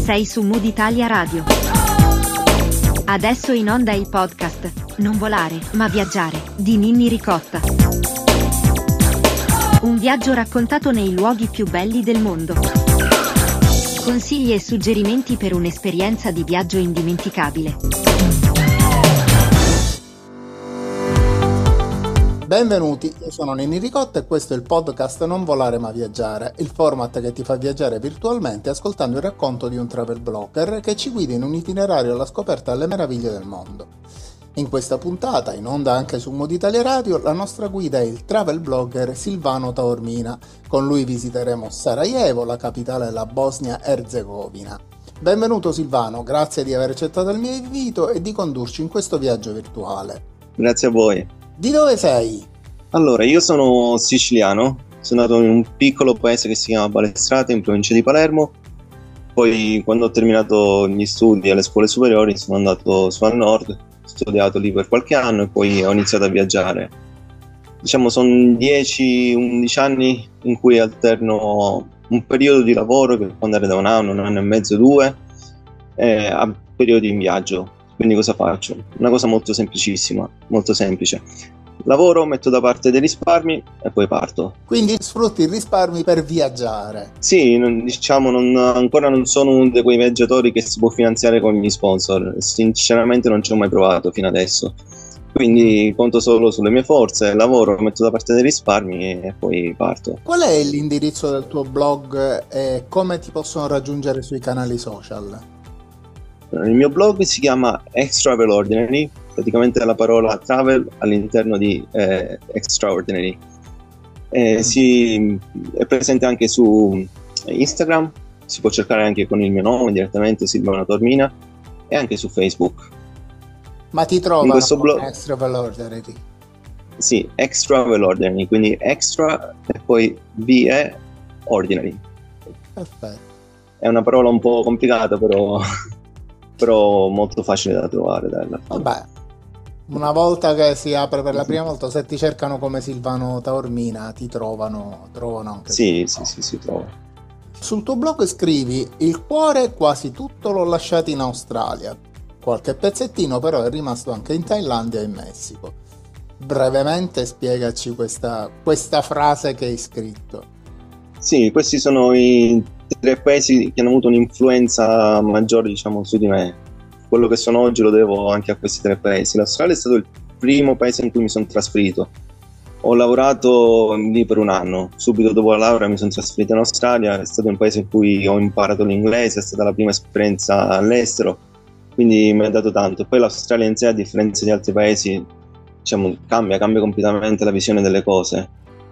Sei su Mood Italia Radio. Adesso in onda il podcast Non volare, ma viaggiare di Ninni Ricotta. Un viaggio raccontato nei luoghi più belli del mondo. Consigli e suggerimenti per un'esperienza di viaggio indimenticabile. Benvenuti, io sono Ninni Ricotta e questo è il podcast Non volare ma viaggiare, il format che ti fa viaggiare virtualmente ascoltando il racconto di un travel blogger che ci guida in un itinerario alla scoperta delle meraviglie del mondo. In questa puntata, in onda anche su Mood Italia Radio, la nostra guida è il travel blogger Silvano Taormina. Con lui visiteremo Sarajevo, la capitale della Bosnia-Erzegovina. Benvenuto Silvano, grazie di aver accettato il mio invito e di condurci in questo viaggio virtuale. Grazie a voi. Di dove sei? Allora, io sono siciliano, sono nato in un piccolo paese che si chiama Balestrate, in provincia di Palermo. Poi, quando ho terminato gli studi alle scuole superiori, sono andato su al nord, ho studiato lì per qualche anno e poi ho iniziato a viaggiare. Diciamo, sono 10-11 anni in cui alterno un periodo di lavoro che può andare da un anno e mezzo, 2, a periodi in viaggio. Quindi cosa faccio? Una cosa molto semplicissima, molto semplice. Lavoro, metto da parte dei risparmi e poi parto. Quindi sfrutti i risparmi per viaggiare? Sì, ancora non sono uno di quei viaggiatori che si può finanziare con gli sponsor. Sinceramente non ci ho mai provato fino adesso. Quindi conto solo sulle mie forze, lavoro, metto da parte dei risparmi e poi parto. Qual è l'indirizzo del tuo blog e come ti possono raggiungere sui canali social? Il mio blog si chiama Extravelordinary, praticamente la parola travel all'interno di extraordinary. È presente anche su Instagram, si può cercare anche con il mio nome direttamente, Silvano Taormina, e anche su Facebook. Ma ti trovano in questo blog Extravelordinary? Sì, Extravelordinary, quindi extra e poi VE ordinary. Perfetto. È una parola un po' complicata, però molto facile da trovare. Vabbè, una volta che si apre per la prima volta, se ti cercano come Silvano Taormina ti trovano anche. Sì, si trova. Sul tuo blog scrivi: il cuore quasi tutto l'ho lasciato in Australia, qualche pezzettino però è rimasto anche in Thailandia e in Messico. Brevemente spiegaci questa frase che hai scritto. Sì, questi sono i 3 paesi che hanno avuto un'influenza maggiore, diciamo, su di me. Quello che sono oggi lo devo anche a questi 3 paesi. L'Australia è stato il primo paese in cui mi sono trasferito. Ho lavorato lì per un anno. Subito dopo la laurea mi sono trasferito in Australia. È stato un paese in cui ho imparato l'inglese, è stata la prima esperienza all'estero, quindi mi ha dato tanto. Poi l'Australia in sé, a differenza di altri paesi, diciamo, cambia completamente la visione delle cose.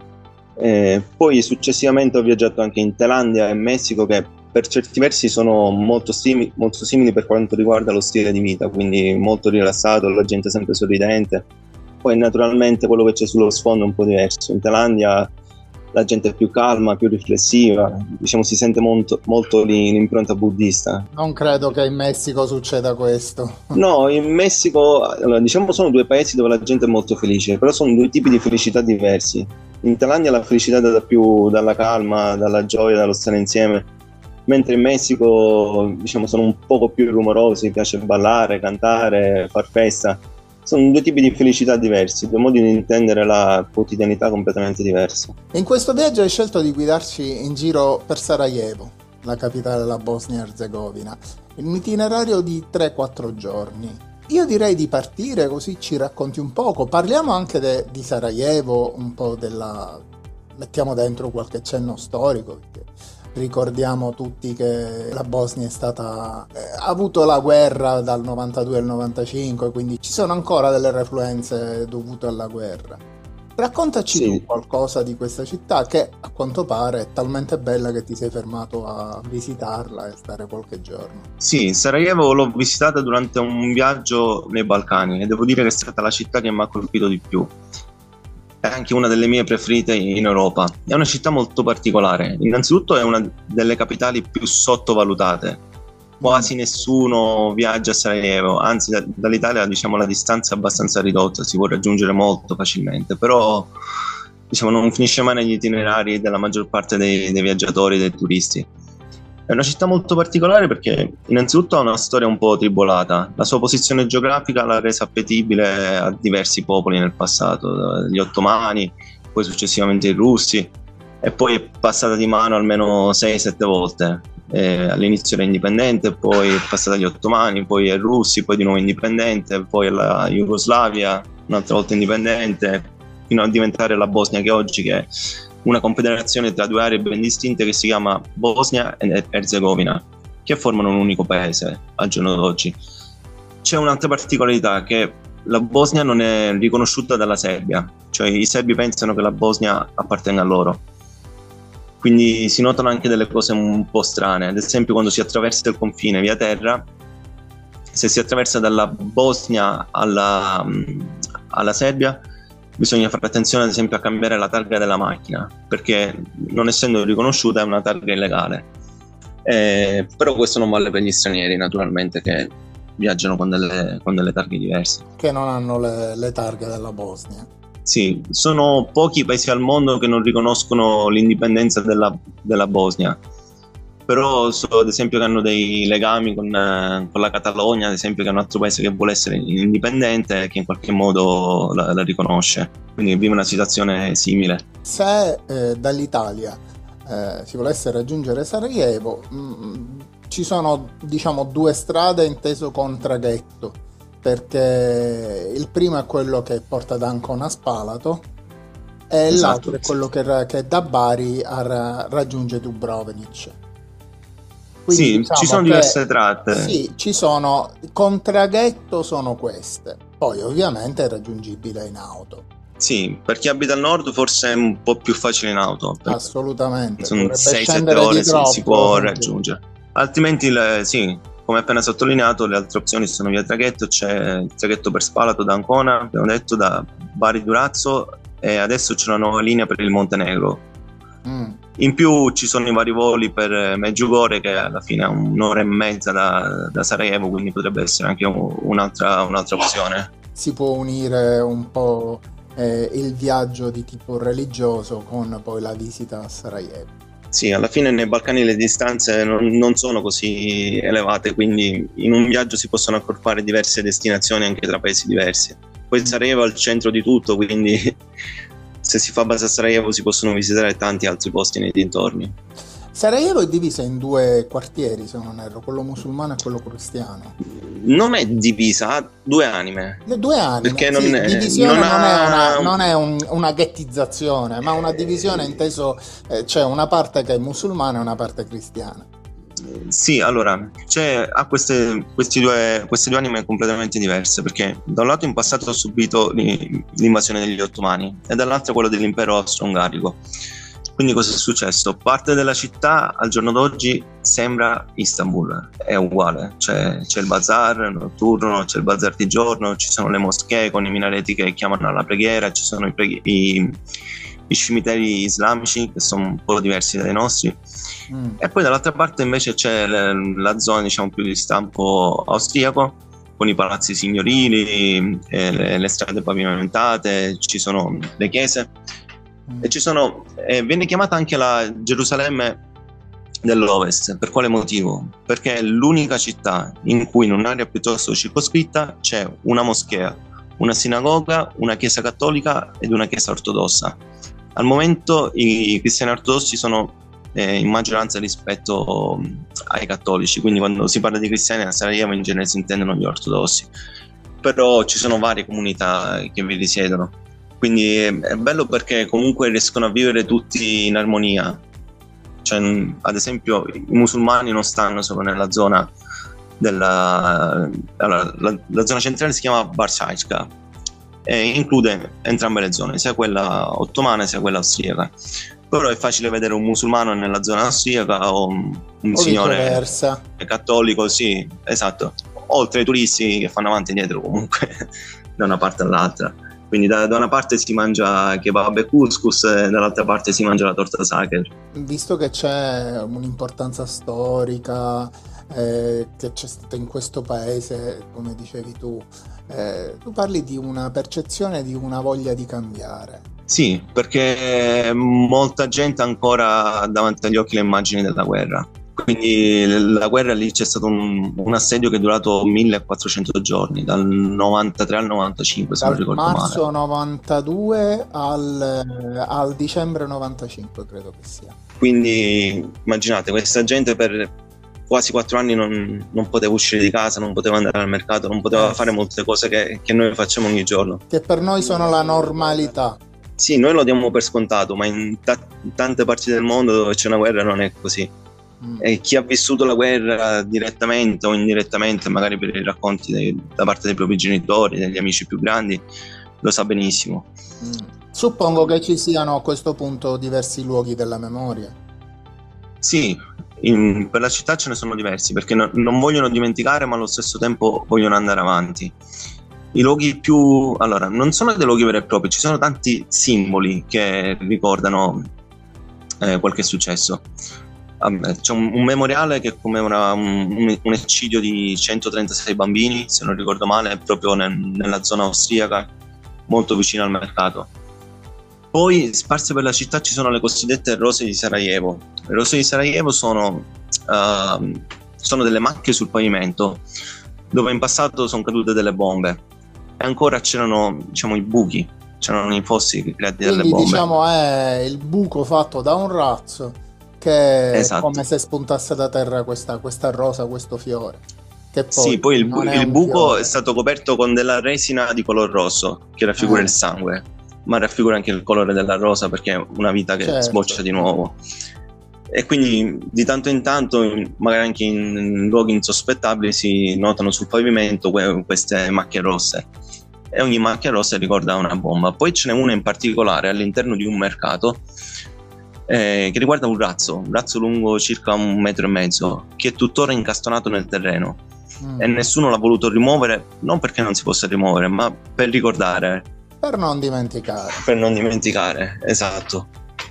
Poi successivamente ho viaggiato anche in Thailandia e Messico, che per certi versi sono molto simili per quanto riguarda lo stile di vita, quindi molto rilassato, la gente sempre sorridente. Poi naturalmente quello che c'è sullo sfondo è un po' diverso. In Thailandia la gente è più calma, più riflessiva, diciamo, si sente molto l'impronta buddista. Non credo che in Messico succeda questo. No, in Messico, allora, diciamo, sono 2 paesi dove la gente è molto felice, però sono 2 tipi di felicità diversi. In Thailandia la felicità dà più dalla calma, dalla gioia, dallo stare insieme, mentre in Messico, diciamo, sono un poco più rumorosi, piace ballare, cantare, far festa. Sono 2 tipi di felicità diversi, 2 modi di intendere la quotidianità completamente diversi. In questo viaggio hai scelto di guidarci in giro per Sarajevo, la capitale della Bosnia-Erzegovina, in un itinerario di 3-4 giorni. Io direi di partire, così ci racconti un poco. Parliamo anche di Sarajevo, un po' mettiamo dentro qualche cenno storico, perché ricordiamo tutti che la Bosnia ha avuto la guerra dal 92 al 95, quindi ci sono ancora delle refluenze dovute alla guerra. Raccontaci tu qualcosa di questa città che a quanto pare è talmente bella che ti sei fermato a visitarla e stare qualche giorno. Sì, Sarajevo l'ho visitata durante un viaggio nei Balcani e devo dire che è stata la città che mi ha colpito di più. È anche una delle mie preferite in Europa. È una città molto particolare. Innanzitutto è una delle capitali più sottovalutate. Quasi nessuno viaggia a Sarajevo, anzi dall'Italia, diciamo, la distanza è abbastanza ridotta, si può raggiungere molto facilmente, però, diciamo, non finisce mai negli itinerari della maggior parte dei viaggiatori, dei turisti. È una città molto particolare perché innanzitutto ha una storia un po' tribolata. La sua posizione geografica l'ha resa appetibile a diversi popoli nel passato, gli ottomani, poi successivamente i russi, e poi è passata di mano almeno 6-7 volte. All'inizio era indipendente, poi è passata agli ottomani, poi ai russi, poi di nuovo indipendente, poi alla Jugoslavia, un'altra volta indipendente, fino a diventare la Bosnia che oggi è una confederazione tra due aree ben distinte che si chiama Bosnia e Erzegovina, che formano un unico paese al giorno d'oggi. C'è un'altra particolarità, che la Bosnia non è riconosciuta dalla Serbia, cioè i serbi pensano che la Bosnia appartenga a loro. Quindi si notano anche delle cose un po' strane, ad esempio quando si attraversa il confine via terra, se si attraversa dalla Bosnia alla Serbia, bisogna fare attenzione ad esempio a cambiare la targa della macchina, perché non essendo riconosciuta è una targa illegale. Però questo non vale per gli stranieri, naturalmente, che viaggiano con delle targhe diverse. Che non hanno le targhe della Bosnia. Sì, sono pochi i paesi al mondo che non riconoscono l'indipendenza della Bosnia, però so ad esempio che hanno dei legami con la Catalogna, ad esempio, che è un altro paese che vuole essere indipendente e che in qualche modo la riconosce, quindi vive una situazione simile. Se dall'Italia si volesse raggiungere Sarajevo, ci sono, diciamo, due strade inteso con traghetto, perché il primo è quello che porta da Ancona a Spalato e Esatto, l'altro è quello che da Bari raggiunge Dubrovnik. Quindi sì, diciamo ci sono che diverse tratte. sì, ci sono, con traghetto sono queste, poi ovviamente è raggiungibile in auto. Sì, per chi abita al nord forse è un po' più facile in auto, perché Assolutamente, sono dovrebbe 6-7 scendere di ore si troppo. può raggiungere. Altrimenti, sì, come appena sottolineato, le altre opzioni sono via traghetto, c'è il traghetto per Spalato da Ancona, abbiamo detto, da Bari Durazzo, e adesso c'è una nuova linea per il Montenegro. In più ci sono i vari voli per Medjugorje, che alla fine è un'ora e mezza da Sarajevo, quindi potrebbe essere anche un'altra opzione. Si può unire un po' il viaggio di tipo religioso con poi la visita a Sarajevo. Sì, alla fine nei Balcani le distanze non sono così elevate, quindi in un viaggio si possono accorpare diverse destinazioni anche tra paesi diversi. Poi Sarajevo è al centro di tutto, quindi se si fa base a Sarajevo si possono visitare tanti altri posti nei dintorni. Sarajevo è divisa in due quartieri, se non erro, quello musulmano e quello cristiano. Non è divisa, ha due anime. Le due anime, Perché sì, divisione non è un... una ghettizzazione, ma una divisione inteso, c'è una parte che è musulmana e una parte cristiana. Sì, allora, ha queste due anime completamente diverse, perché da un lato in passato ha subito l'invasione degli ottomani e dall'altro quello dell'impero austro-ungarico. Quindi cosa è successo? Parte della città al giorno d'oggi sembra Istanbul, è uguale, c'è il bazar notturno, c'è il bazar di giorno, ci sono le moschee con i minareti che chiamano alla preghiera, ci sono i cimiteri islamici che sono un po' diversi dai nostri. E poi dall'altra parte invece c'è la zona, diciamo, più di stampo austriaco, con i palazzi signorili, le strade pavimentate, ci sono le chiese e viene chiamata anche la Gerusalemme dell'Ovest. Per quale motivo? Perché è l'unica città in cui in un'area piuttosto circoscritta c'è una moschea, una sinagoga, una chiesa cattolica ed una chiesa ortodossa. Al momento i cristiani ortodossi sono in maggioranza rispetto ai cattolici, quindi quando si parla di cristiani a Sarajevo in genere si intendono gli ortodossi, però ci sono varie comunità che vi risiedono, quindi è bello perché comunque riescono a vivere tutti in armonia. Cioè, ad esempio, i musulmani non stanno solo nella zona la zona centrale si chiama Barsajka e include entrambe le zone, sia quella ottomana sia quella austriaca. Però è facile vedere un musulmano nella zona austriaca o un signore viceversa. Cattolico, sì, esatto, oltre ai turisti che fanno avanti e dietro comunque da una parte all'altra. Quindi da una parte si mangia kebab e couscous e dall'altra parte si mangia la torta Sacher. Visto che c'è un'importanza storica che c'è stata in questo paese, come dicevi tu parli di una percezione, di una voglia di cambiare. Sì, perché molta gente ha ancora davanti agli occhi le immagini della guerra. quindi la guerra lì c'è stato un assedio che è durato 1400 giorni, dal 93 al 95 se non ricordo male. Dal marzo 92 al dicembre 95 credo che sia. Quindi immaginate, questa gente per quasi 4 anni non poteva uscire di casa, non poteva andare al mercato, non poteva fare molte cose che noi facciamo ogni giorno. Che per noi sono la normalità. Sì, noi lo diamo per scontato, ma in tante parti del mondo dove c'è una guerra non è così. E chi ha vissuto la guerra direttamente o indirettamente, magari per i racconti da parte dei propri genitori, degli amici più grandi, lo sa benissimo. Suppongo che ci siano a questo punto diversi luoghi della memoria. Sì, per la città ce ne sono diversi, perché non vogliono dimenticare, ma allo stesso tempo vogliono andare avanti. I luoghi allora, non sono dei luoghi veri e propri, ci sono tanti simboli che ricordano quel che è successo. C'è un memoriale che commemora un eccidio di 136 bambini, se non ricordo male, proprio nella zona austriaca, molto vicino al mercato. Poi sparse per la città ci sono le cosiddette rose di Sarajevo. Le rose di Sarajevo sono delle macchie sul pavimento dove in passato sono cadute delle bombe e ancora c'erano, diciamo, i buchi, c'erano i fossi creati dalle bombe. Diciamo è il buco fatto da un razzo che esatto. È come se spuntasse da terra questa rosa, questo fiore. Che poi sì, poi il buco fiore. È stato coperto con della resina di color rosso che raffigura il sangue, ma raffigura anche il colore della rosa perché è una vita che sboccia di nuovo. E quindi di tanto in tanto, magari anche in luoghi insospettabili, si notano sul pavimento queste macchie rosse. E ogni macchia rossa ricorda una bomba. Poi ce n'è una in particolare all'interno di un mercato che riguarda un razzo lungo circa 1,5 metri, che è tuttora incastonato nel terreno. E nessuno l'ha voluto rimuovere, non perché non si possa rimuovere, ma per ricordare. Per non dimenticare. Per non dimenticare, esatto.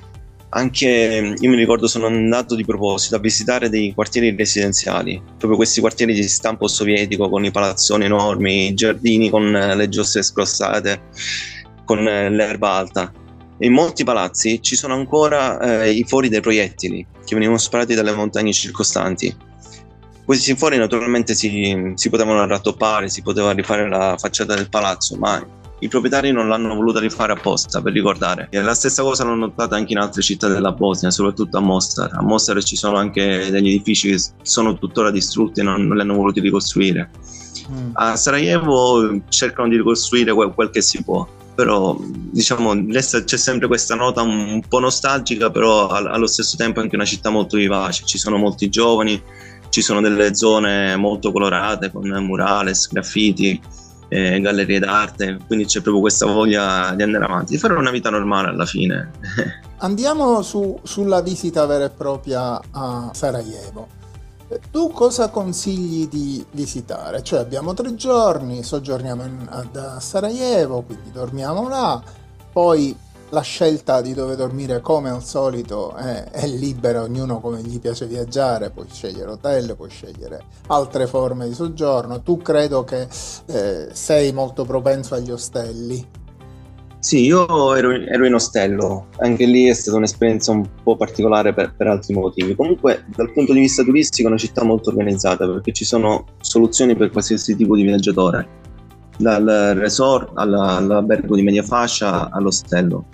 Anche io mi ricordo, sono andato di proposito a visitare dei quartieri residenziali, proprio questi quartieri di stampo sovietico con i palazzoni enormi, i giardini con le giostre scrossate, con l'erba alta. E in molti palazzi ci sono ancora i fori dei proiettili che venivano sparati dalle montagne circostanti. Questi fori naturalmente si potevano rattoppare, si poteva rifare la facciata del palazzo, ma i proprietari non l'hanno voluta rifare apposta per ricordare. E la stessa cosa l'ho notata anche in altre città della Bosnia, soprattutto a Mostar. A Mostar ci sono anche degli edifici che sono tuttora distrutti e non li hanno voluti ricostruire. A Sarajevo cercano di ricostruire quel che si può, però diciamo c'è sempre questa nota un po' nostalgica, però allo stesso tempo anche una città molto vivace. Ci sono molti giovani, ci sono delle zone molto colorate con murales, graffiti, gallerie d'arte, quindi c'è proprio questa voglia di andare avanti, di fare una vita normale alla fine. Andiamo sulla visita vera e propria a Sarajevo. Tu cosa consigli di visitare? Cioè abbiamo 3 giorni, soggiorniamo a Sarajevo, quindi dormiamo là, poi la scelta di dove dormire come al solito è libera, ognuno come gli piace viaggiare, puoi scegliere hotel, puoi scegliere altre forme di soggiorno. Tu credo che sei molto propenso agli ostelli. Sì, io ero in ostello, anche lì è stata un'esperienza un po' particolare per altri motivi. Comunque dal punto di vista turistico è una città molto organizzata, perché ci sono soluzioni per qualsiasi tipo di viaggiatore, dal resort all'albergo di media fascia all'ostello.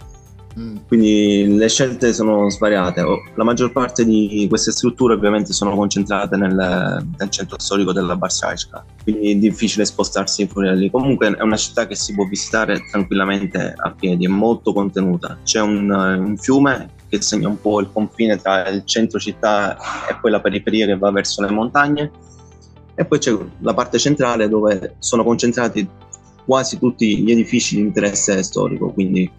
Quindi le scelte sono svariate. La maggior parte di queste strutture ovviamente sono concentrate nel centro storico della Barsajka, quindi è difficile spostarsi fuori da lì. Comunque è una città che si può visitare tranquillamente a piedi, è molto contenuta. C'è un fiume che segna un po' il confine tra il centro città e poi la periferia che va verso le montagne, e poi c'è la parte centrale dove sono concentrati quasi tutti gli edifici di interesse storico, quindi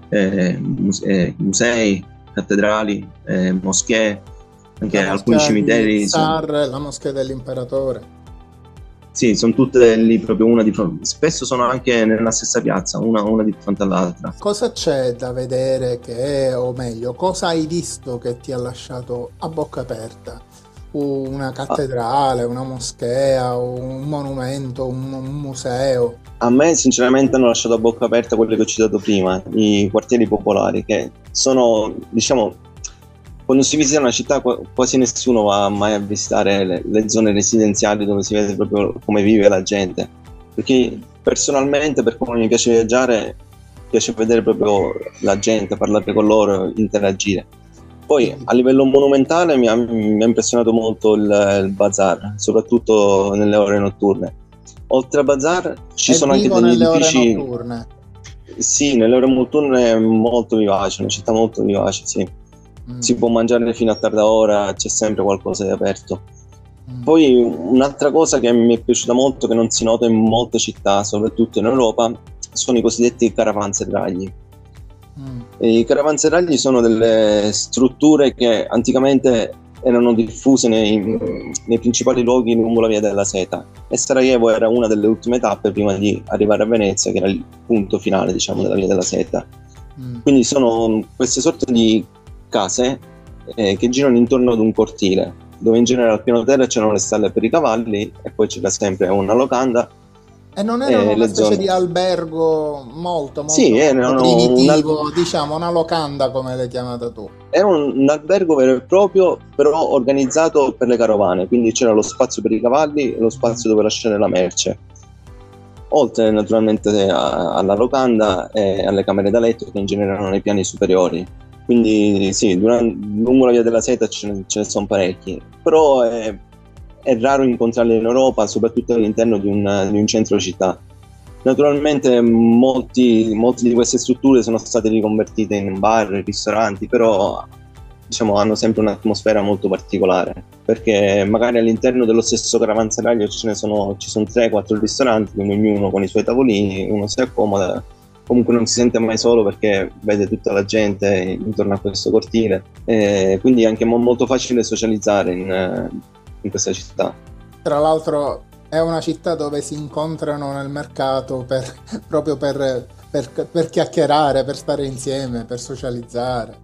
musei, cattedrali, moschee, anche alcuni cimiteri. La moschea dell'imperatore. Sì, sono tutte lì proprio una di fronte. Spesso sono anche nella stessa piazza, una di fronte all'altra. Cosa c'è da vedere o meglio, cosa hai visto che ti ha lasciato a bocca aperta? Una cattedrale, una moschea, un monumento, un museo? A me sinceramente hanno lasciato a bocca aperta quelli che ho citato prima, i quartieri popolari, che sono, diciamo, quando si visita una città quasi nessuno va mai a visitare le zone residenziali dove si vede proprio come vive la gente, perché personalmente, per come mi piace viaggiare, piace vedere proprio la gente, parlare con loro, interagire. Poi a livello monumentale mi ha impressionato molto il bazar, soprattutto nelle ore notturne. Oltre al bazar ci sono anche degli nelle edifici. ore notturne. Sì, nelle ore notturne è molto vivace, una città molto vivace, sì. Si può mangiare fino a tarda ora, c'è sempre qualcosa di aperto. Poi un'altra cosa che mi è piaciuta molto, che non si nota in molte città, soprattutto in Europa, sono i cosiddetti caravanserragli. I caravanserragli sono delle strutture che anticamente erano diffuse nei principali luoghi lungo la via della Seta, e Sarajevo era una delle ultime tappe prima di arrivare a Venezia, che era il punto finale, diciamo, della via della Seta. Quindi sono queste sorte di case che girano intorno ad un cortile, dove in genere al piano terra c'erano le stalle per i cavalli e poi c'era sempre una locanda. E non era una specie di albergo molto sì, primitivo, diciamo, una locanda come l'hai chiamata tu. Era un albergo vero e proprio, però organizzato per le carovane, quindi c'era lo spazio per i cavalli e lo spazio dove lasciare la merce. Oltre naturalmente alla locanda e alle camere da letto, che in genere erano nei piani superiori. Quindi sì, lungo la via della Seta ce ne sono parecchi, però è raro incontrarli in Europa, soprattutto all'interno di un centro città. Naturalmente molti di queste strutture sono state riconvertite in bar, ristoranti, però diciamo hanno sempre un'atmosfera molto particolare, perché magari all'interno dello stesso caravanserraglio ci sono 3-4 ristoranti, quindi ognuno con i suoi tavolini, uno si accomoda. Comunque non si sente mai solo perché vede tutta la gente intorno a questo cortile, quindi è anche molto facile socializzare in questa città. Tra l'altro è una città dove si incontrano nel mercato proprio per chiacchierare, per stare insieme, per socializzare.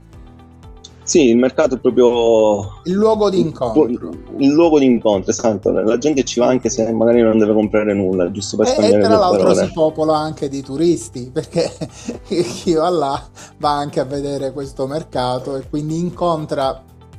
Sì, il mercato è proprio il luogo di incontro. Il luogo di incontro, esatto. La gente ci va anche se magari non deve comprare nulla, giusto per scambiare due parole. E tra l'altro si popola anche di turisti, perché chi va là va anche a vedere questo mercato e quindi incontra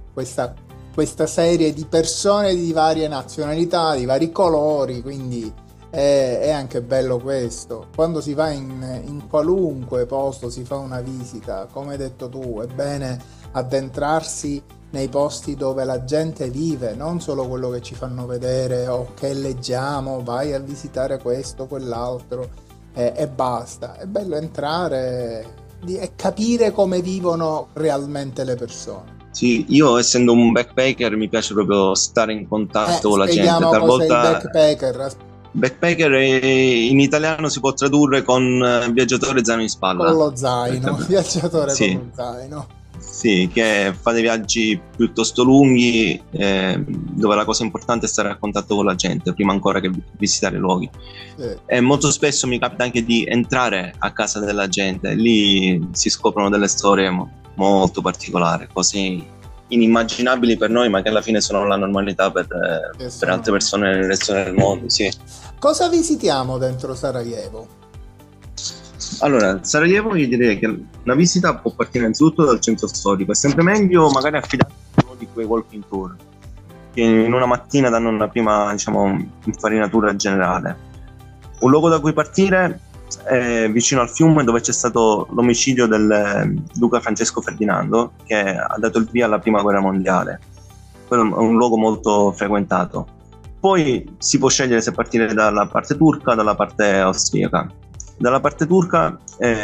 questa serie di persone di varie nazionalità, di vari colori, quindi è anche bello questo. Quando si va in qualunque posto, si fa una visita, come hai detto tu, è bene addentrarsi nei posti dove la gente vive, non solo quello che ci fanno vedere o che leggiamo, vai a visitare questo, quell'altro e basta. È bello entrare e capire come vivono realmente le persone. Sì, io essendo un backpacker mi piace proprio stare in contatto con la gente. Talvolta cos'è il backpacker? Backpacker in italiano si può tradurre con viaggiatore zaino in spalla. Con lo zaino, viaggiatore con lo zaino. Sì, che fa dei viaggi piuttosto lunghi, dove la cosa importante è stare a contatto con la gente prima ancora che visitare i luoghi. Sì. E molto spesso mi capita anche di entrare a casa della gente, lì si scoprono delle storie molto particolari, così inimmaginabili per noi, ma che alla fine sono la normalità per altre persone nel resto del mondo. Sì. Cosa visitiamo dentro Sarajevo? Allora, Sarajevo io direi che una visita può partire innanzitutto dal centro storico. È sempre meglio magari affidarsi a uno di quei walking tour che in una mattina danno una prima, diciamo, infarinatura generale. Un luogo da cui partire è vicino al fiume, dove c'è stato l'omicidio del duca Francesco Ferdinando, che ha dato il via alla prima guerra mondiale. Quello è un luogo molto frequentato. Poi si può scegliere se partire dalla parte turca o dalla parte austriaca. Dalla parte turca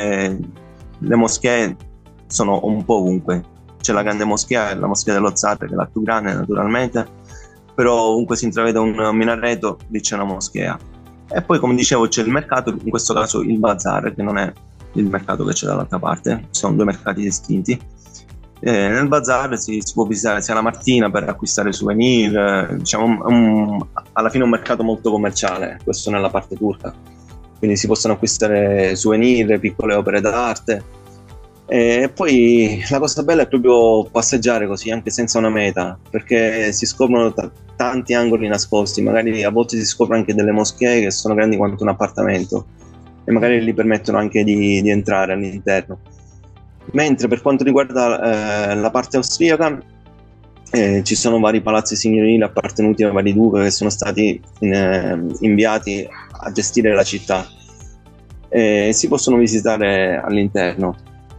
le moschee sono un po' ovunque. C'è la grande moschea, la moschea dello Zar, che è la più grande naturalmente, però ovunque si intravede un minareto, lì c'è una moschea. E poi, come dicevo, c'è il mercato, in questo caso il bazar, che non è il mercato che c'è dall'altra parte, ci sono due mercati distinti. Nel bazar si può visitare sia la mattina per acquistare souvenir, diciamo alla fine un mercato molto commerciale, questo nella parte turca. Quindi si possono acquistare souvenir, piccole opere d'arte. E poi la cosa bella è proprio passeggiare così, anche senza una meta, perché si scoprono tanti angoli nascosti. Magari a volte si scoprono anche delle moschee che sono grandi quanto un appartamento e magari gli permettono anche di entrare all'interno. Mentre per quanto riguarda la parte austriaca, ci sono vari palazzi signorili appartenuti a vari duchi che sono stati inviati a gestire la città e si possono visitare all'interno.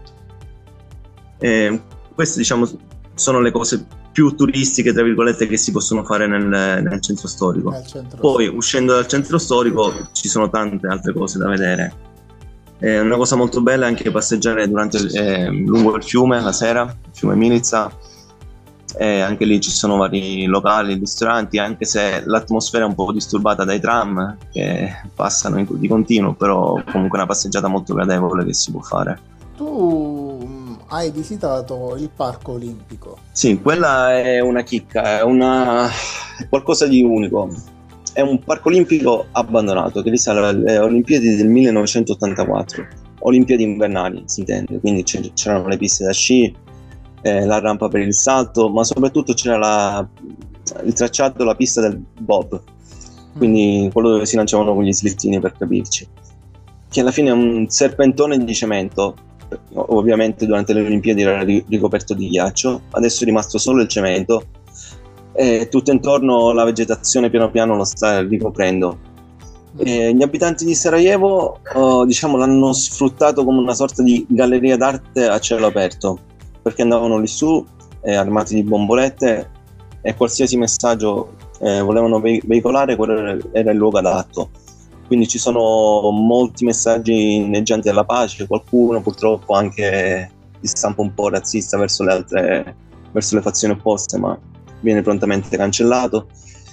Queste, diciamo, sono le cose più turistiche, tra virgolette, che si possono fare nel centro storico. Poi, uscendo dal centro storico, ci sono tante altre cose da vedere. Una cosa molto bella è anche passeggiare lungo il fiume la sera, il fiume Milica. Anche lì ci sono vari locali, ristoranti, anche se l'atmosfera è un po' disturbata dai tram che passano di continuo, però comunque è una passeggiata molto gradevole che si può fare. Tu hai visitato il Parco Olimpico? Sì, quella è una chicca, è qualcosa di unico. È un parco olimpico abbandonato che risale alle Olimpiadi del 1984, Olimpiadi invernali si intende, quindi c'erano le piste da sci, la rampa per il salto, ma soprattutto c'era il tracciato, la pista del bob, quindi quello dove si lanciavano con gli slittini, per capirci, che alla fine è un serpentone di cemento. Ovviamente durante le Olimpiadi era ricoperto di ghiaccio, adesso è rimasto solo il cemento e tutto intorno la vegetazione piano piano lo sta ricoprendo. Gli abitanti di Sarajevo diciamo l'hanno sfruttato come una sorta di galleria d'arte a cielo aperto, perché andavano lì su armati di bombolette e qualsiasi messaggio volevano veicolare, quello era il luogo adatto. Quindi ci sono molti messaggi inneggianti alla pace, qualcuno purtroppo anche di stampo un po' razzista verso le fazioni opposte, ma viene prontamente cancellato.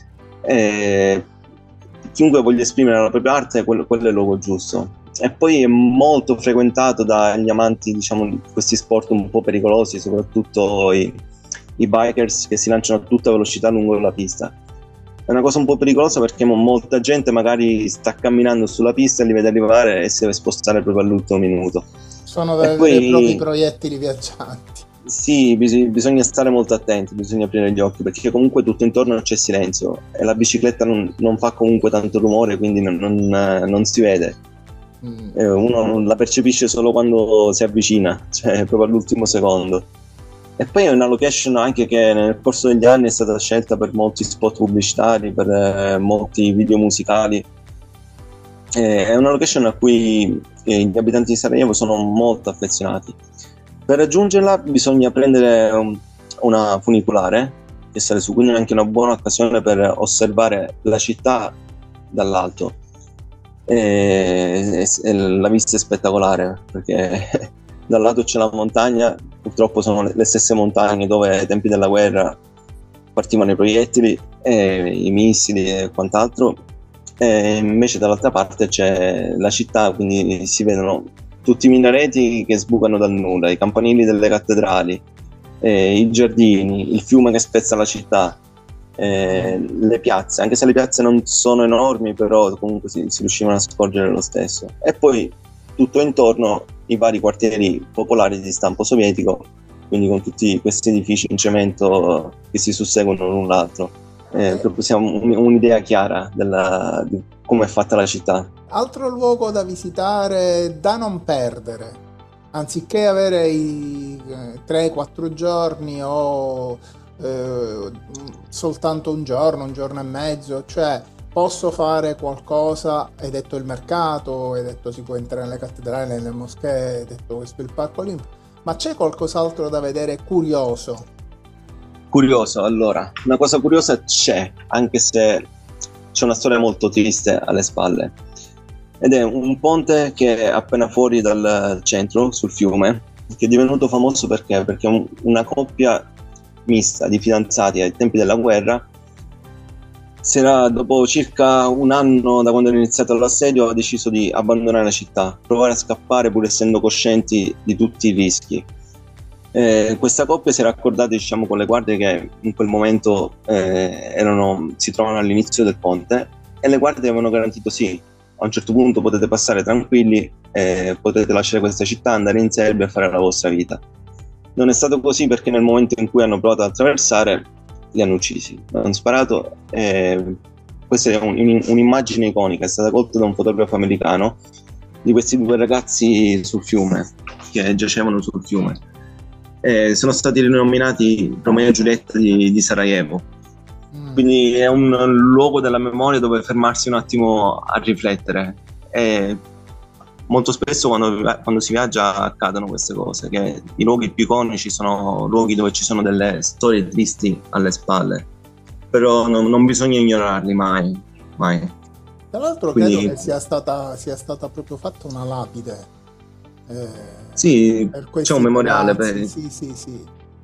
Chiunque voglia esprimere la propria arte, quello è il luogo giusto. E poi è molto frequentato dagli amanti, diciamo, di questi sport un po' pericolosi, soprattutto i bikers che si lanciano a tutta velocità lungo la pista. È una cosa un po' pericolosa perché molta gente magari sta camminando sulla pista e li vede arrivare e si deve spostare proprio all'ultimo minuto. Sono veri e propri proiettili viaggianti. Sì, bisogna stare molto attenti, bisogna aprire gli occhi, perché comunque tutto intorno c'è silenzio e la bicicletta non fa comunque tanto rumore, quindi non si vede. Uno la percepisce solo quando si avvicina, cioè proprio all'ultimo secondo. E poi è una location anche che nel corso degli anni è stata scelta per molti spot pubblicitari, per molti video musicali. È una location a cui gli abitanti di Sarajevo sono molto affezionati. Per raggiungerla bisogna prendere una funicolare che sale su, quindi è anche una buona occasione per osservare la città dall'alto. La vista è spettacolare perché dal lato c'è la montagna, purtroppo sono le stesse montagne dove ai tempi della guerra partivano i proiettili, i missili e quant'altro, e invece dall'altra parte c'è la città, quindi si vedono tutti i minareti che sbucano dal nulla, i campanili delle cattedrali, i giardini, il fiume che spezza la città, le piazze, anche se le piazze non sono enormi, però comunque si riuscivano a scorgere lo stesso. E poi tutto intorno i vari quartieri popolari di stampo sovietico, quindi con tutti questi edifici in cemento che si susseguono l'un l'altro. Proprio siamo un'idea chiara di come è fatta la città. Altro luogo da visitare, da non perdere, anziché avere i 3-4 giorni o soltanto un giorno e mezzo, cioè posso fare qualcosa, hai detto il mercato, hai detto si può entrare nelle cattedrali, nelle moschee, hai detto questo è il Parco Olimpico, ma c'è qualcos'altro da vedere curioso? Curioso, allora, una cosa curiosa c'è, anche se c'è una storia molto triste alle spalle, ed è un ponte che è appena fuori dal centro, sul fiume, che è divenuto famoso perché una coppia mista di fidanzati ai tempi della guerra dopo circa un anno da quando era iniziato l'assedio, ha deciso di abbandonare la città, provare a scappare pur essendo coscienti di tutti i rischi. Questa coppia si era accordata, diciamo, con le guardie che in quel momento si trovano all'inizio del ponte, e le guardie avevano garantito sì, a un certo punto potete passare tranquilli, potete lasciare questa città, andare in Serbia e fare la vostra vita. Non è stato così, perché nel momento in cui hanno provato ad attraversare li hanno uccisi, hanno sparato. Questa è un'immagine iconica, è stata colta da un fotografo americano di questi due ragazzi sul fiume, che giacevano sul fiume. Sono stati rinominati Romeo e Giulietta di Sarajevo. Quindi è un luogo della memoria dove fermarsi un attimo a riflettere. E molto spesso quando si viaggia accadono queste cose, che i luoghi più iconici sono luoghi dove ci sono delle storie tristi alle spalle, però non bisogna ignorarli mai. Tra l'altro Quindi, credo che sia stata proprio fatta una lapide. Sì, Per c'è un memoriale ragazzi, sì.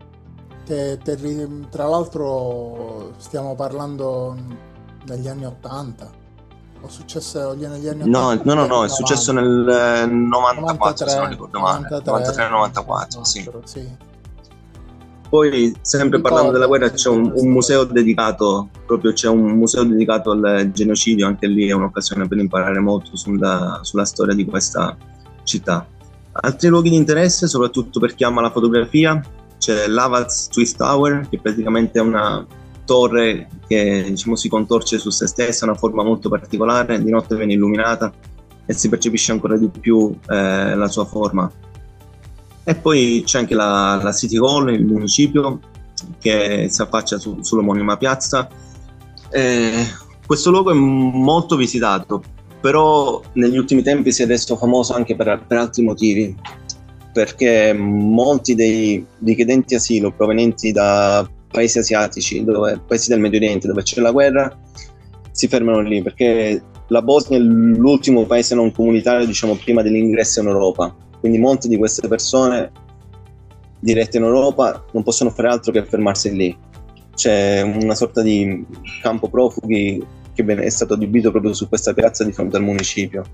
Tra l'altro stiamo parlando degli anni 80. O successo negli anni 80? No, è successo nel 94, se non ricordo male. 93-94, sì. Poi, sempre parlando della guerra, c'è un museo dedicato, c'è un museo dedicato al genocidio, anche lì è un'occasione per imparare molto sulla storia di questa città. Altri luoghi di interesse, soprattutto per chi ama la fotografia, c'è l'Avaz Twist Tower, che praticamente è una torre che, diciamo, si contorce su se stessa, una forma molto particolare, di notte viene illuminata e si percepisce ancora di più la sua forma. E poi c'è anche la City Hall, il municipio, che si affaccia sull'omonima piazza. Questo luogo è molto visitato, però negli ultimi tempi si è reso famoso anche per altri motivi, perché molti dei richiedenti asilo provenienti da paesi asiatici, paesi del Medio Oriente dove c'è la guerra, si fermano lì, perché la Bosnia è l'ultimo paese non comunitario, diciamo, prima dell'ingresso in Europa. Quindi molte di queste persone dirette in Europa non possono fare altro che fermarsi lì. C'è una sorta di campo profughi che è stato adibito proprio su questa piazza di fronte al municipio.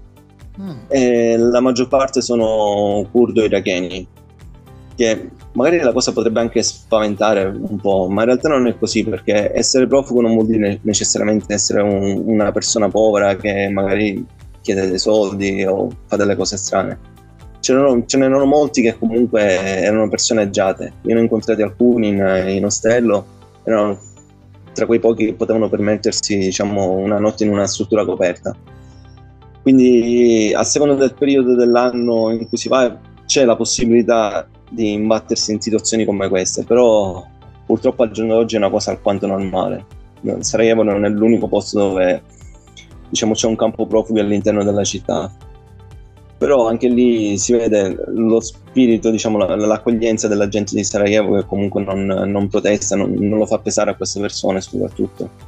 E la maggior parte sono curdo-iracheni, che magari la cosa potrebbe anche spaventare un po', ma in realtà non è così, perché essere profugo non vuol dire necessariamente essere una persona povera che magari chiede dei soldi o fa delle cose strane. Ce n'erano molti che comunque erano persone agiate. Io ne ho incontrati alcuni in ostello, erano tra quei pochi che potevano permettersi, diciamo, una notte in una struttura coperta. Quindi a seconda del periodo dell'anno in cui si va c'è la possibilità di imbattersi in situazioni come queste, però purtroppo al giorno d'oggi è una cosa alquanto normale. Sarajevo non è l'unico posto dove, diciamo, c'è un campo profughi all'interno della città, però anche lì si vede lo spirito, diciamo, l'accoglienza della gente di Sarajevo, che comunque non protesta, non lo fa pesare a queste persone soprattutto.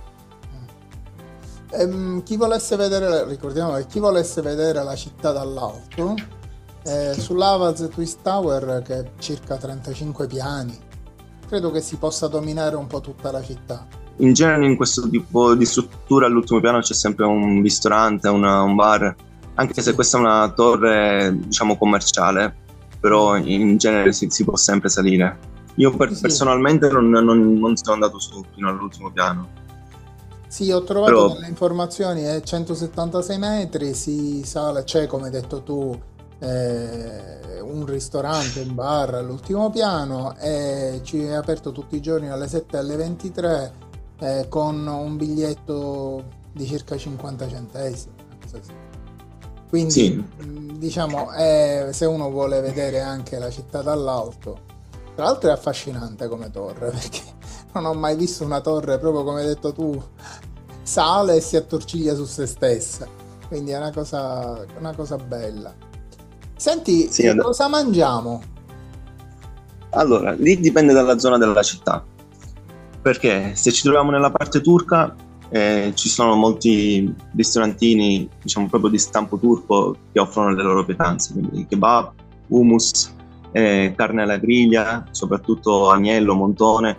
Chi volesse vedere, ricordiamo che chi volesse vedere la città dall'alto, sull'Avaz Twist Tower, che è circa 35 piani, credo che si possa dominare un po' tutta la città. In genere in questo tipo di struttura all'ultimo piano c'è sempre un ristorante, un bar, anche se questa è una torre, diciamo, commerciale, però in genere si può sempre salire. Io personalmente non sono andato su fino all'ultimo piano. Sì, ho trovato delle informazioni, è 176 metri, si sale, c'è, come hai detto tu, un ristorante, un bar all'ultimo piano, e ci è aperto tutti i giorni dalle 7 alle 23 con un biglietto di circa 50 centesimi. Quindi sì, diciamo, se uno vuole vedere anche la città dall'alto, tra l'altro è affascinante come torre, perché non ho mai visto una torre, proprio come hai detto tu, sale e si attorciglia su se stessa, quindi è una cosa bella. Senti, sì, cosa mangiamo? Allora, lì dipende dalla zona della città, perché se ci troviamo nella parte turca ci sono molti ristorantini, diciamo, proprio di stampo turco, che offrono le loro pietanze, quindi kebab, hummus, carne alla griglia, soprattutto agnello, montone.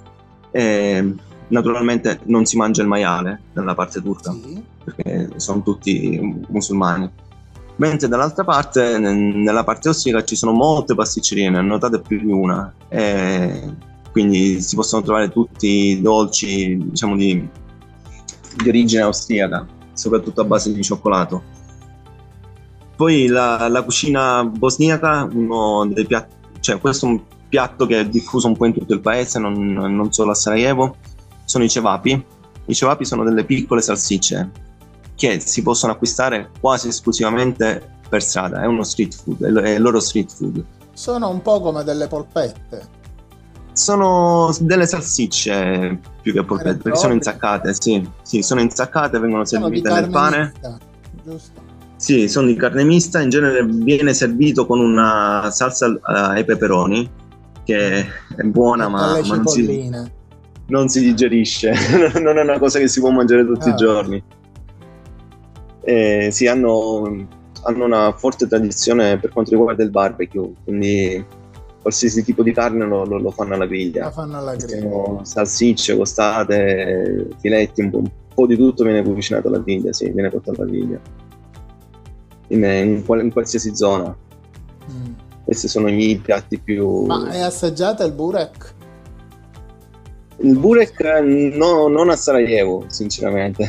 Naturalmente non si mangia il maiale nella parte turca, sì, perché sono tutti musulmani. Mentre dall'altra parte, nella parte austriaca, ci sono molte pasticcerie, ne ho notate più di una, quindi si possono trovare tutti i dolci, diciamo, di origine austriaca, soprattutto a base di cioccolato. Poi la cucina bosniaca, uno dei piatti, cioè questo è un piatto che è diffuso un po' in tutto il paese, non solo a Sarajevo, sono i cevapi. I cevapi sono delle piccole salsicce che si possono acquistare quasi esclusivamente per strada, è uno street food, è il loro street food. Sono un po' come delle polpette. Sono delle salsicce più che polpette, perché sono insaccate, sì, sono insaccate, vengono servite nel pane. Mista, giusto? Sì, sono di carne mista, in genere viene servito con una salsa ai peperoni, che è buona, ma non si digerisce, non è una cosa che si può mangiare tutti i giorni. Sì, hanno una forte tradizione per quanto riguarda il barbecue, quindi qualsiasi tipo di carne lo fanno alla griglia. Salsicce, costate, filetti, un po' di tutto viene cucinato alla griglia, sì, viene portato alla griglia. In qualsiasi zona. Questi sono i piatti più... Ma hai assaggiato il burek? Il burek no, non a Sarajevo, sinceramente.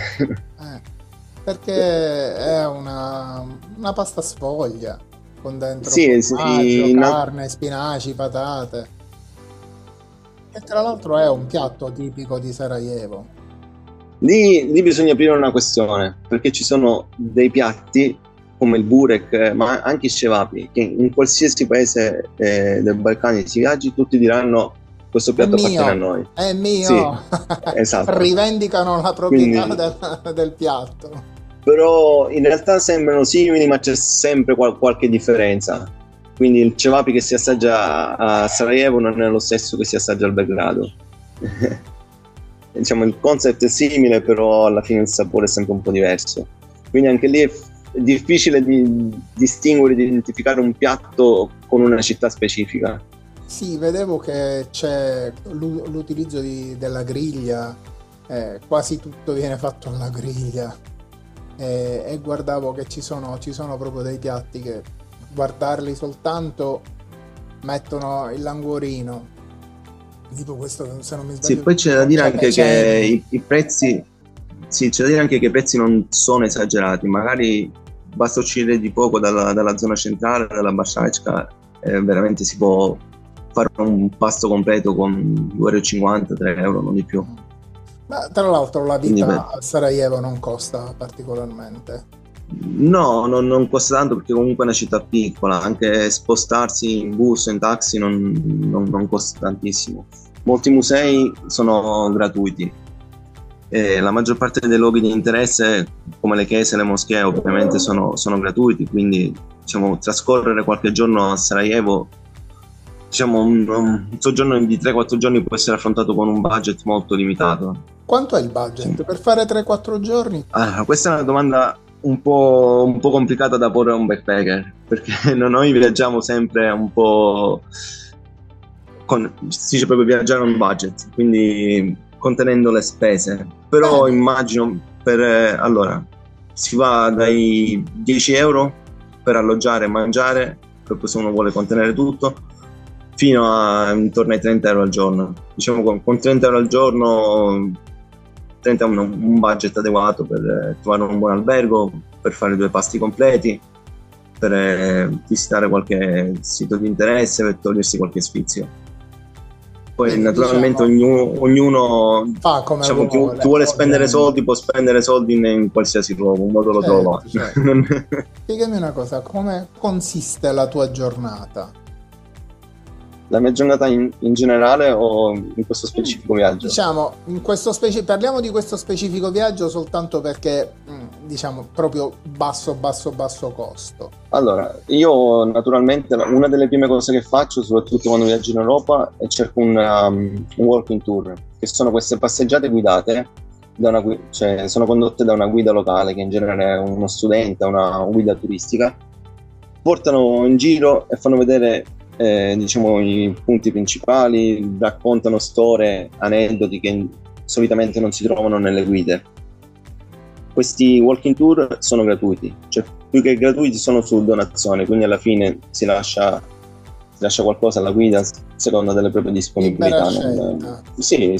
Perché è una pasta sfoglia con dentro carne, spinaci, patate. E tra l'altro è un piatto tipico di Sarajevo. Lì bisogna aprire una questione, perché ci sono dei piatti come il burek, ma anche i cevapi, che in qualsiasi paese dei Balcani si viaggi, tutti diranno questo piatto appartiene a noi. È mio! Sì, esatto. Rivendicano la proprietà del piatto. Però in realtà sembrano simili, ma c'è sempre qualche differenza. Quindi il cevapi che si assaggia a Sarajevo non è lo stesso che si assaggia al Belgrado. Diciamo, il concept è simile, però alla fine il sapore è sempre un po' diverso. Quindi anche lì è difficile di distinguere, di identificare un piatto con una città specifica. Sì, vedevo che c'è l'utilizzo della griglia, quasi tutto viene fatto alla griglia, e guardavo che ci sono proprio dei piatti che guardarli soltanto mettono il languorino, tipo questo, se non mi sbaglio. Sì, poi c'è da dire anche che i prezzi, sì, c'è da dire anche che i prezzi non sono esagerati, magari basta uscire di poco dalla zona centrale, dalla Bashačka, veramente si può fare un pasto completo con 2,50 €, 3 €, non di più. Ma tra l'altro la vita a Sarajevo non costa particolarmente. No, non costa tanto, perché comunque è una città piccola, anche spostarsi in bus o in taxi non costa tantissimo. Molti musei sono gratuiti e la maggior parte dei luoghi di interesse, come le chiese e le moschee, ovviamente sono gratuiti, quindi diciamo, trascorrere qualche giorno a Sarajevo, diciamo un soggiorno di 3-4 giorni può essere affrontato con un budget molto limitato. Quanto è il budget per fare 3-4 giorni? Questa è una domanda un po' complicata da porre a un backpacker, perché noi viaggiamo sempre un po' si dice proprio viaggiare on budget, quindi contenendo le spese. Però immagino allora si va dai 10 € per alloggiare e mangiare, proprio se uno vuole contenere tutto, fino a intorno ai 30 € al giorno. Diciamo con 30 € al giorno 30 è un budget adeguato per trovare un buon albergo, per fare 2 pasti completi, per visitare qualche sito di interesse, per togliersi qualche sfizio. Poi quindi, naturalmente ognuno fa come diciamo, vuole, chi vuole spendere soldi può spendere soldi in qualsiasi luogo, un modo lo trova. Certo. Spiegami una cosa, come consiste la tua giornata? La mia giornata in generale o in questo specifico viaggio? Diciamo, parliamo di questo specifico viaggio soltanto perché, diciamo, proprio basso costo. Allora, io naturalmente una delle prime cose che faccio, soprattutto quando viaggio in Europa, è cerco un walking tour, che sono queste passeggiate guidate, cioè sono condotte da una guida locale, che in genere è uno studente, una guida turistica. Portano in giro e fanno vedere diciamo i punti principali, raccontano storie, aneddoti che solitamente non si trovano nelle guide. Questi walking tour sono gratuiti, cioè più che gratuiti sono su donazione, quindi alla fine si lascia qualcosa alla guida a seconda delle proprie disponibilità. Sì.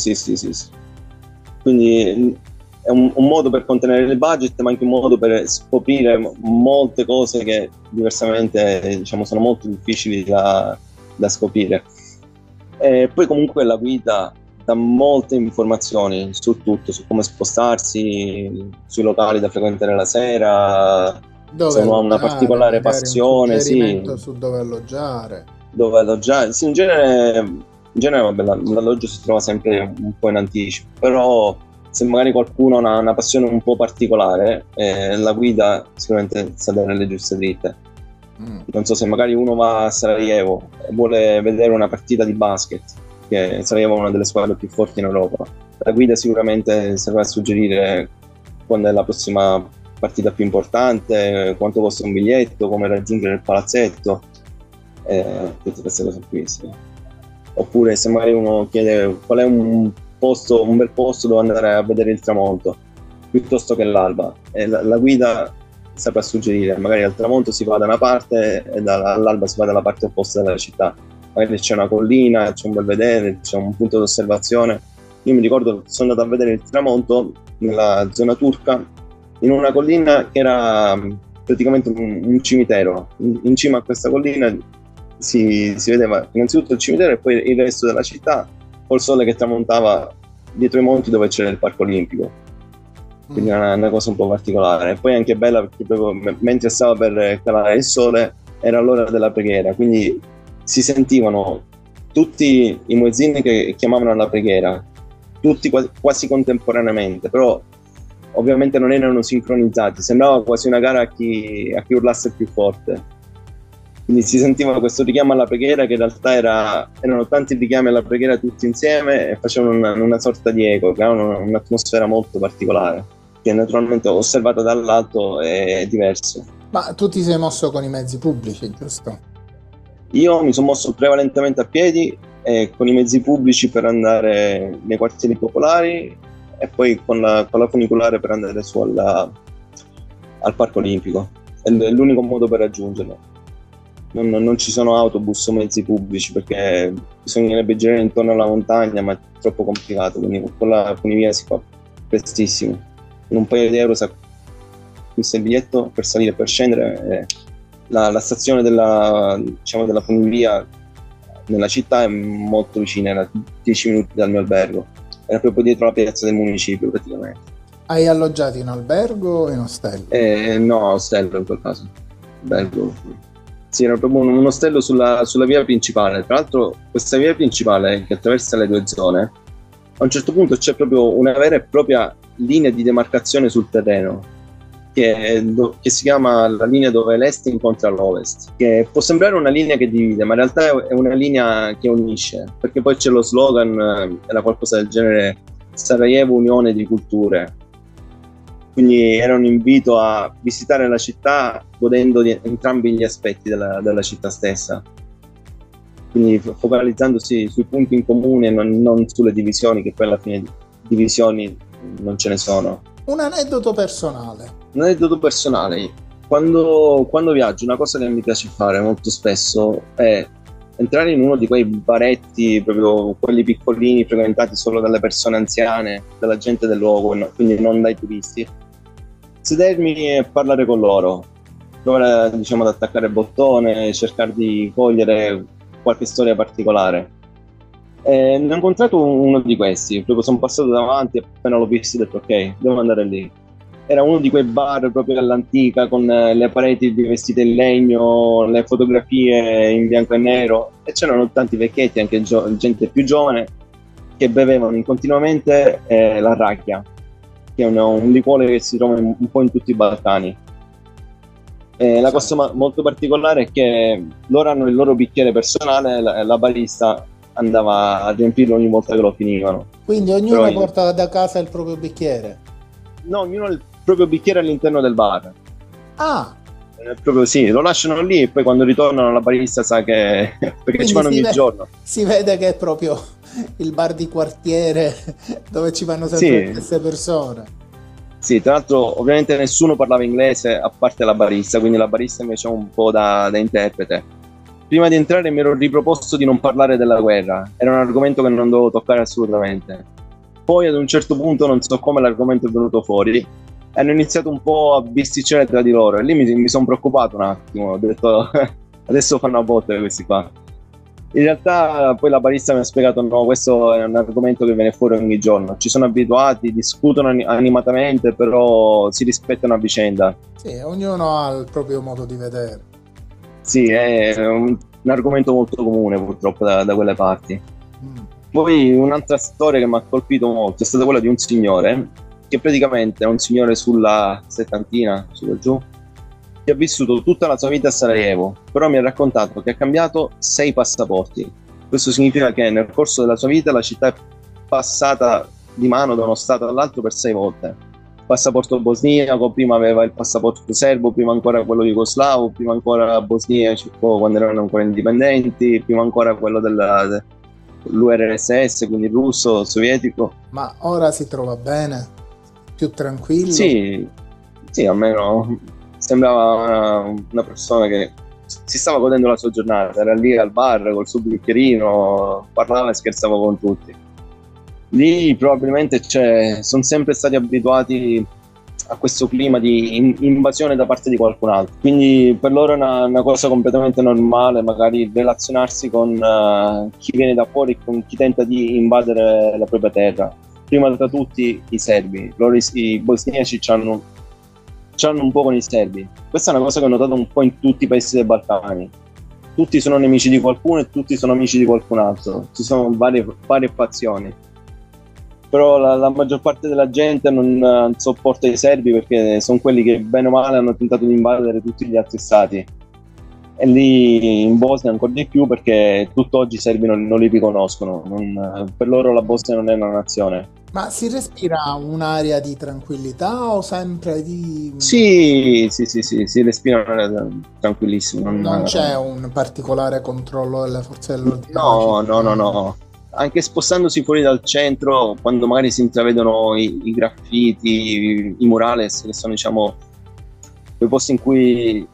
Quindi è un modo per contenere il budget, ma anche un modo per scoprire molte cose che diversamente, diciamo, sono molto difficili da scoprire. E poi comunque la guida dà molte informazioni su tutto, su come spostarsi, sui locali da frequentare la sera, Dove se uno ha una alloggiare, particolare magari passione, un sì, suggerimento su dove alloggiare. dove alloggiare. Sì, in genere vabbè, l'alloggio si trova sempre un po' in anticipo, però se magari qualcuno ha una passione un po' particolare, la guida sicuramente sa dare le giuste dritte. Non so, se magari uno va a Sarajevo e vuole vedere una partita di basket, che Sarajevo è una delle squadre più forti in Europa, la guida sicuramente saprà suggerire quando è la prossima partita più importante, quanto costa un biglietto, come raggiungere il palazzetto, tutte queste cose qui, sì. Oppure se magari uno chiede qual è un bel posto dove andare a vedere il tramonto piuttosto che l'alba, e la guida saprà suggerire, magari al tramonto si va da una parte e all'alba si va dalla parte opposta della città, magari c'è una collina, c'è un bel vedere, c'è un punto d'osservazione. Io mi ricordo che sono andato a vedere il tramonto nella zona turca, in una collina che era praticamente un cimitero. In cima a questa collina si vedeva innanzitutto il cimitero e poi il resto della città, col sole che tramontava dietro i monti dove c'era il parco olimpico. Quindi è una cosa un po' particolare. E poi anche bella perché proprio mentre stava per calare il sole era l'ora della preghiera, quindi si sentivano tutti i muezzini che chiamavano alla preghiera, tutti quasi contemporaneamente, però ovviamente non erano sincronizzati, sembrava quasi una gara a chi urlasse più forte. Quindi si sentiva questo richiamo alla preghiera che in realtà erano tanti richiami alla preghiera tutti insieme e facevano una sorta di eco, creavano un'atmosfera molto particolare, che naturalmente osservata dall'alto è diverso. Ma tu ti sei mosso con i mezzi pubblici, giusto? Io mi sono mosso prevalentemente a piedi e con i mezzi pubblici per andare nei quartieri popolari e poi con la funicolare per andare su al Parco Olimpico. È l'unico modo per raggiungerlo. Non ci sono autobus o mezzi pubblici perché bisognerebbe girare intorno alla montagna, ma è troppo complicato, quindi con la funivia si fa prestissimo. In un paio di euro si acquista il biglietto per salire e per scendere. La stazione della funivia nella città è molto vicina, era 10 minuti dal mio albergo, era proprio dietro la piazza del municipio praticamente. Hai alloggiato in albergo o in ostello? No, ostello in quel caso. Albergo. Sì, era proprio un ostello sulla via principale. Tra l'altro questa via principale che attraversa le due zone, a un certo punto c'è proprio una vera e propria linea di demarcazione sul terreno che si chiama la linea dove l'est incontra l'ovest, che può sembrare una linea che divide, ma in realtà è una linea che unisce, perché poi c'è lo slogan, era qualcosa del genere: Sarajevo unione di culture. Quindi era un invito a visitare la città godendo di entrambi gli aspetti della città stessa, quindi focalizzandosi sui punti in comune e non sulle divisioni, che poi alla fine divisioni non ce ne sono. Un aneddoto personale. Quando viaggio, una cosa che mi piace fare molto spesso è entrare in uno di quei baretti, proprio quelli piccolini, frequentati solo dalle persone anziane, dalla gente del luogo, quindi non dai turisti, sedermi e parlare con loro, provare ad attaccare il bottone, cercare di cogliere qualche storia particolare. Ne ho incontrato uno di questi, proprio sono passato davanti, appena l'ho visto ho detto ok, devo andare lì. Era uno di quei bar proprio all'antica, con le pareti rivestite in legno, le fotografie in bianco e nero, e c'erano tanti vecchietti, anche gente più giovane, che bevevano continuamente la racchia, che è un liquore che si trova un po' in tutti i Balcani. La cosa molto particolare è che loro hanno il loro bicchiere personale, la barista andava a riempirlo ogni volta che lo finivano. Quindi ognuno porta da casa il proprio bicchiere? No, ognuno ha il proprio bicchiere all'interno del bar. Ah! Proprio sì, lo lasciano lì e poi quando ritornano la barista sa che... perché quindi ci vanno ogni giorno. Si vede che è proprio il bar di quartiere dove ci vanno sempre queste persone. Sì, tra l'altro ovviamente nessuno parlava inglese a parte la barista, quindi la barista invece è un po' da interprete. Prima di entrare mi ero riproposto di non parlare della guerra, era un argomento che non dovevo toccare assolutamente. Poi ad un certo punto, non so come, l'argomento è venuto fuori e hanno iniziato un po' a bisticciare tra di loro e lì mi sono preoccupato un attimo, ho detto adesso fanno a botte questi qua. In realtà poi la barista mi ha spiegato no, questo è un argomento che viene fuori ogni giorno, ci sono abituati, discutono animatamente, però si rispettano a vicenda. Sì, ognuno ha il proprio modo di vedere. Sì, è un argomento molto comune purtroppo da quelle parti. Poi un'altra storia che mi ha colpito molto è stata quella di un signore, che praticamente è un signore sulla settantina, su e giù, che ha vissuto tutta la sua vita a Sarajevo, però mi ha raccontato che ha cambiato 6 passaporti. Questo significa che nel corso della sua vita la città è passata di mano da uno stato all'altro per 6 volte. Passaporto bosniaco, prima aveva il passaporto serbo, prima ancora quello jugoslavo, prima ancora bosniaco quando erano ancora indipendenti, prima ancora quello dell'URSS, quindi russo, sovietico. Ma ora si trova bene? Più tranquillo? Sì, almeno sembrava una persona che si stava godendo la sua giornata, era lì al bar col suo bicchierino, parlava e scherzava con tutti. Lì probabilmente sono sempre stati abituati a questo clima di invasione da parte di qualcun altro, quindi per loro è una cosa completamente normale magari relazionarsi con chi viene da fuori, con chi tenta di invadere la propria terra. Prima tra tutti i serbi, i bosniaci c'hanno un po' con i serbi. Questa è una cosa che ho notato un po' in tutti i paesi dei Balcani. Tutti sono nemici di qualcuno e tutti sono amici di qualcun altro. Ci sono varie fazioni. Però la maggior parte della gente non sopporta i serbi perché sono quelli che bene o male hanno tentato di invadere tutti gli altri stati. E lì in Bosnia ancora di più perché tutt'oggi i serbi non li riconoscono. Per loro la Bosnia non è una nazione. Ma si respira un'aria di tranquillità o sempre di... Sì, si respira un'aria tranquillissima. Non c'è un particolare controllo delle forze dell'ordine? No. Anche spostandosi fuori dal centro, quando magari si intravedono i graffiti, i murales, che sono diciamo quei posti in cui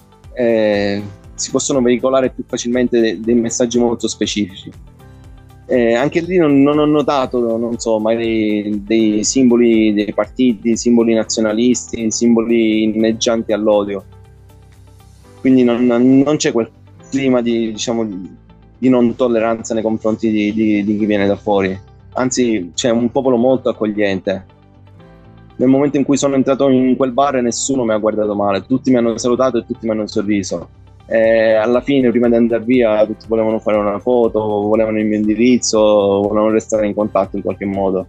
si possono veicolare più facilmente dei messaggi molto specifici. Anche lì non ho notato, non so, magari dei simboli dei partiti, simboli nazionalisti, simboli inneggianti all'odio. Quindi non c'è quel clima di non tolleranza nei confronti di chi viene da fuori. Anzi, c'è un popolo molto accogliente. Nel momento in cui sono entrato in quel bar nessuno mi ha guardato male, tutti mi hanno salutato e tutti mi hanno sorriso. Alla fine, prima di andare via, tutti volevano fare una foto, volevano il mio indirizzo, volevano restare in contatto in qualche modo.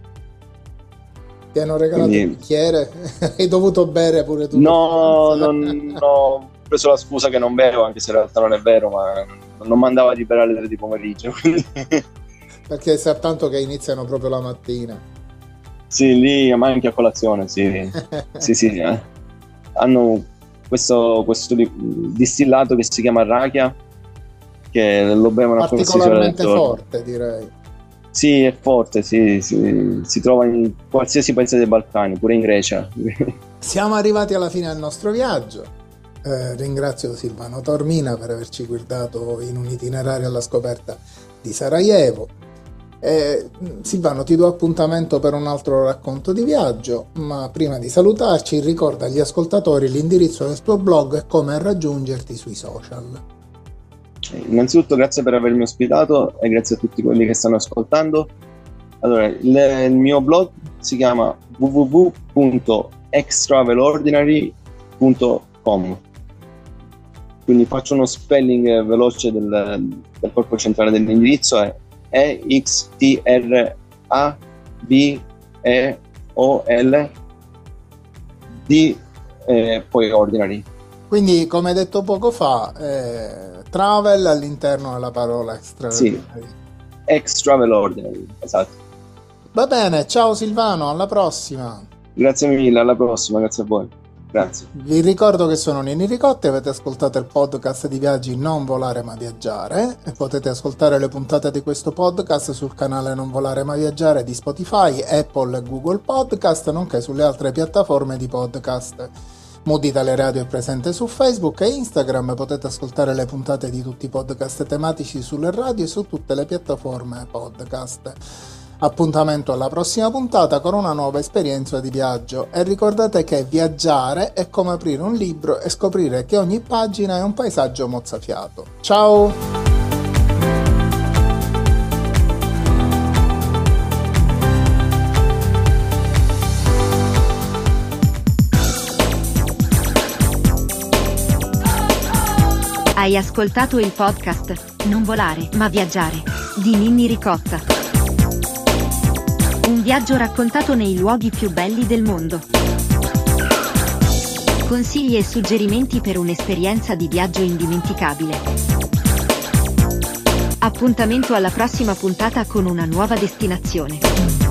Ti hanno regalato il bicchiere? Hai dovuto bere pure tu? No, ho preso la scusa che non bevo, anche se in realtà non è vero, ma non mi andava di bere alle 3 di pomeriggio. Perché sa tanto che iniziano proprio la mattina. Sì, lì, ma anche a colazione, sì. sì. Hanno questo distillato che si chiama rakia, che lo bevono a particolarmente forte, direi. Sì, è forte, sì, si trova in qualsiasi paese dei Balcani, pure in Grecia. Siamo arrivati alla fine del nostro viaggio. Ringrazio Silvano Taormina per averci guidato in un itinerario alla scoperta di Sarajevo. Silvano, ti do appuntamento per un altro racconto di viaggio, ma prima di salutarci ricorda agli ascoltatori l'indirizzo del tuo blog e come raggiungerti sui social. Innanzitutto grazie per avermi ospitato e grazie a tutti quelli che stanno ascoltando. Allora, il mio blog si chiama www.xtravelordinary.com, quindi faccio uno spelling veloce del corpo centrale dell'indirizzo, è EXTRAVELORD poi ordinary. Quindi, come detto poco fa, travel all'interno della parola extraordinary. Sì, extravelordinary, esatto. Va bene, ciao Silvano, alla prossima. Grazie mille, alla prossima, grazie a voi. Grazie. Vi ricordo che sono Nini Ricotti, avete ascoltato il podcast di viaggi Non Volare Ma Viaggiare e potete ascoltare le puntate di questo podcast sul canale Non Volare Ma Viaggiare di Spotify, Apple e Google Podcast, nonché sulle altre piattaforme di podcast. Mood Italia Radio è presente su Facebook e Instagram, potete ascoltare le puntate di tutti i podcast tematici sulle radio e su tutte le piattaforme podcast. Appuntamento alla prossima puntata con una nuova esperienza di viaggio e ricordate che viaggiare è come aprire un libro e scoprire che ogni pagina è un paesaggio mozzafiato. Ciao! Hai ascoltato il podcast Non volare ma viaggiare di Ninni Ricotta. Un viaggio raccontato nei luoghi più belli del mondo. Consigli e suggerimenti per un'esperienza di viaggio indimenticabile. Appuntamento alla prossima puntata con una nuova destinazione.